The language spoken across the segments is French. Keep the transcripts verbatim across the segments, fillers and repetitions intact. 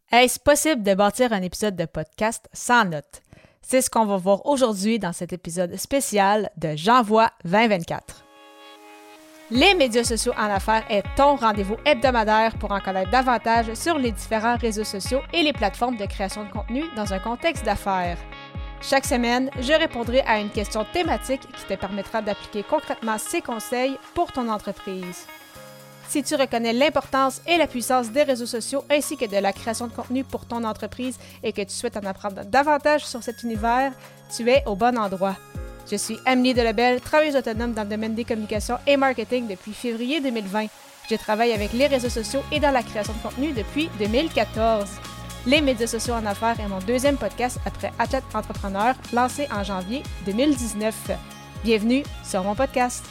Est-ce possible de bâtir un épisode de podcast sans notes? C'est ce qu'on va voir aujourd'hui dans cet épisode spécial de J'envoie vingt vingt-quatre. Les médias sociaux en affaires est ton rendez-vous hebdomadaire pour en connaître davantage sur les différents réseaux sociaux et les plateformes de création de contenu dans un contexte d'affaires. Chaque semaine, je répondrai à une question thématique qui te permettra d'appliquer concrètement ces conseils pour ton entreprise. Si tu reconnais l'importance et la puissance des réseaux sociaux ainsi que de la création de contenu pour ton entreprise et que tu souhaites en apprendre davantage sur cet univers, tu es au bon endroit. Je suis Amélie Delebel, travailleuse autonome dans le domaine des communications et marketing depuis février deux mille vingt. Je travaille avec les réseaux sociaux et dans la création de contenu depuis deux mille quatorze. Les médias sociaux en affaires est mon deuxième podcast après Athlète Entrepreneur, lancé en janvier deux mille dix-neuf. Bienvenue sur mon podcast.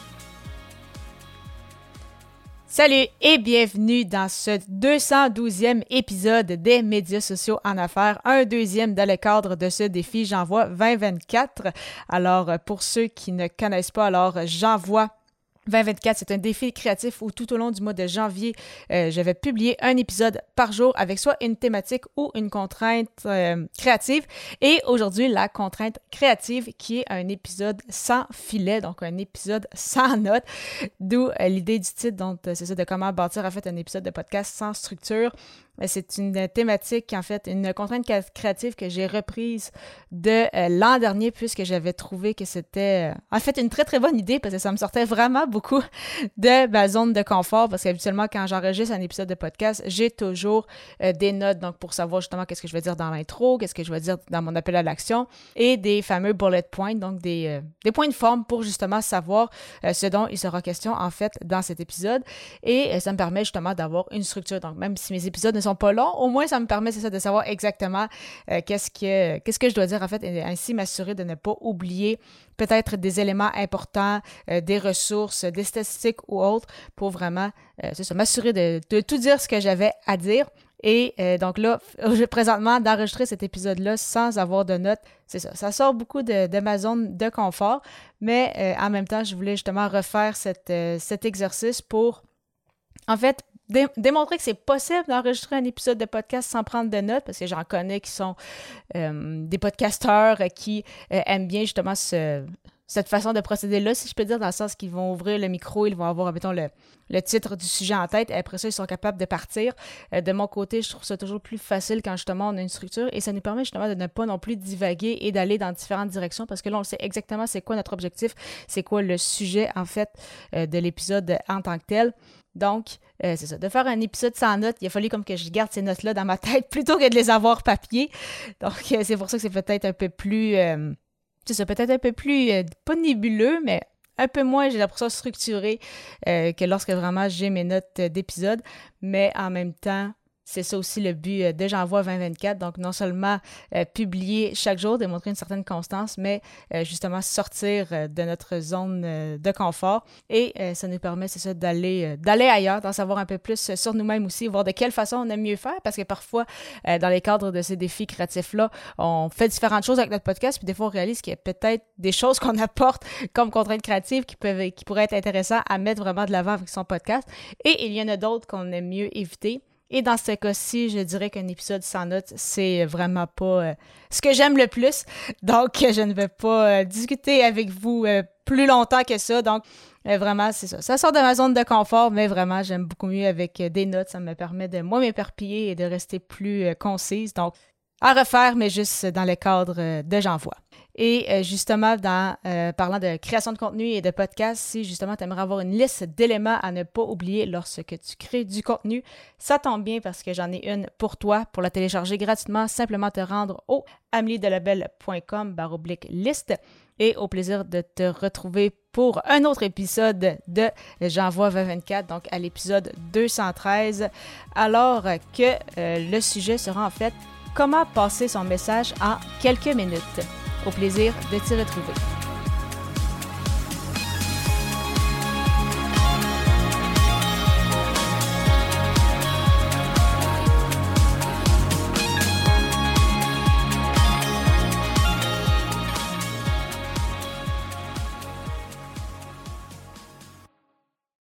Salut et bienvenue dans ce deux cent douzième épisode des médias sociaux en affaires, un deuxième dans le cadre de ce défi J'envoie vingt vingt-quatre. Alors, pour ceux qui ne connaissent pas, alors J'envoie vingt vingt-quatre, c'est un défi créatif où tout au long du mois de janvier, euh, je vais publier un épisode par jour avec soit une thématique ou une contrainte euh, créative. Et aujourd'hui, la contrainte créative qui est un épisode sans filet, donc un épisode sans notes, d'où euh, l'idée du titre, donc c'est ça, de comment bâtir en fait un épisode de podcast sans structure. C'est une thématique, en fait, une contrainte créative que j'ai reprise de euh, l'an dernier puisque j'avais trouvé que c'était, euh, en fait, une très, très bonne idée parce que ça me sortait vraiment beaucoup de ma zone de confort parce qu'habituellement, quand j'enregistre un épisode de podcast, j'ai toujours euh, des notes, donc pour savoir justement qu'est-ce que je vais dire dans l'intro, qu'est-ce que je vais dire dans mon appel à l'action et des fameux bullet points, donc des, euh, des points de forme pour justement savoir euh, ce dont il sera question, en fait, dans cet épisode. Et euh, ça me permet justement d'avoir une structure. Donc, même si mes épisodes ne sont pas long, au moins ça me permet, c'est ça, de savoir exactement euh, qu'est-ce que qu'est-ce que je dois dire en fait et ainsi m'assurer de ne pas oublier peut-être des éléments importants, euh, des ressources, des statistiques ou autres pour vraiment, euh, c'est ça, m'assurer de, de tout dire ce que j'avais à dire. Et euh, donc là, je, présentement, d'enregistrer cet épisode-là sans avoir de notes, c'est ça, ça sort beaucoup de, de ma zone de confort, mais euh, en même temps, je voulais justement refaire cette, euh, cet exercice pour, en fait, Dé- démontrer que c'est possible d'enregistrer un épisode de podcast sans prendre de notes, parce que j'en connais qui sont euh, des podcasteurs qui euh, aiment bien justement ce, cette façon de procéder-là, si je peux dire, dans le sens qu'ils vont ouvrir le micro, ils vont avoir, mettons, le, le titre du sujet en tête, et après ça, ils sont capables de partir. Euh, de mon côté, je trouve ça toujours plus facile quand justement on a une structure, et ça nous permet justement de ne pas non plus divaguer et d'aller dans différentes directions, parce que là, on sait exactement c'est quoi notre objectif, c'est quoi le sujet, en fait, euh, de l'épisode en tant que tel. Donc, euh, c'est ça, de faire un épisode sans notes, il a fallu comme que je garde ces notes-là dans ma tête plutôt que de les avoir papier. Donc, euh, c'est pour ça que c'est peut-être un peu plus, euh, c'est ça, peut-être un peu plus, euh, pas nébuleux, mais un peu moins, j'ai l'impression, structuré euh, que lorsque vraiment j'ai mes notes d'épisode. Mais en même temps, c'est ça aussi le but de J'envoie vingt vingt-quatre. Donc, non seulement euh, publier chaque jour, démontrer une certaine constance, mais euh, justement sortir euh, de notre zone euh, de confort. Et euh, ça nous permet, c'est ça, d'aller, euh, d'aller ailleurs, d'en savoir un peu plus sur nous-mêmes aussi, voir de quelle façon on aime mieux faire. Parce que parfois, euh, dans les cadres de ces défis créatifs-là, on fait différentes choses avec notre podcast. Puis des fois, on réalise qu'il y a peut-être des choses qu'on apporte comme contraintes créatives qui, peuvent, qui pourraient être intéressantes à mettre vraiment de l'avant avec son podcast. Et il y en a d'autres qu'on aime mieux éviter. Et dans ce cas-ci, je dirais qu'un épisode sans notes, c'est vraiment pas euh, ce que j'aime le plus. Donc, je ne vais pas euh, discuter avec vous euh, plus longtemps que ça. Donc, euh, vraiment, c'est ça. Ça sort de ma zone de confort, mais vraiment, j'aime beaucoup mieux avec euh, des notes. Ça me permet de moins m'éparpiller et de rester plus euh, concise. Donc, à refaire, mais juste dans le cadre euh, de J'envoie. Et euh, justement, dans euh, parlant de création de contenu et de podcast, si justement tu aimerais avoir une liste d'éléments à ne pas oublier lorsque tu crées du contenu, ça tombe bien parce que j'en ai une pour toi. Pour la télécharger gratuitement, simplement te rendre au ameliedelabel.com barre oblique liste et au plaisir de te retrouver pour un autre épisode de J'envoie vingt vingt-quatre, donc à l'épisode deux cent treize, alors que euh, le sujet sera en fait comment passer son message en quelques minutes. Au plaisir de t'y retrouver.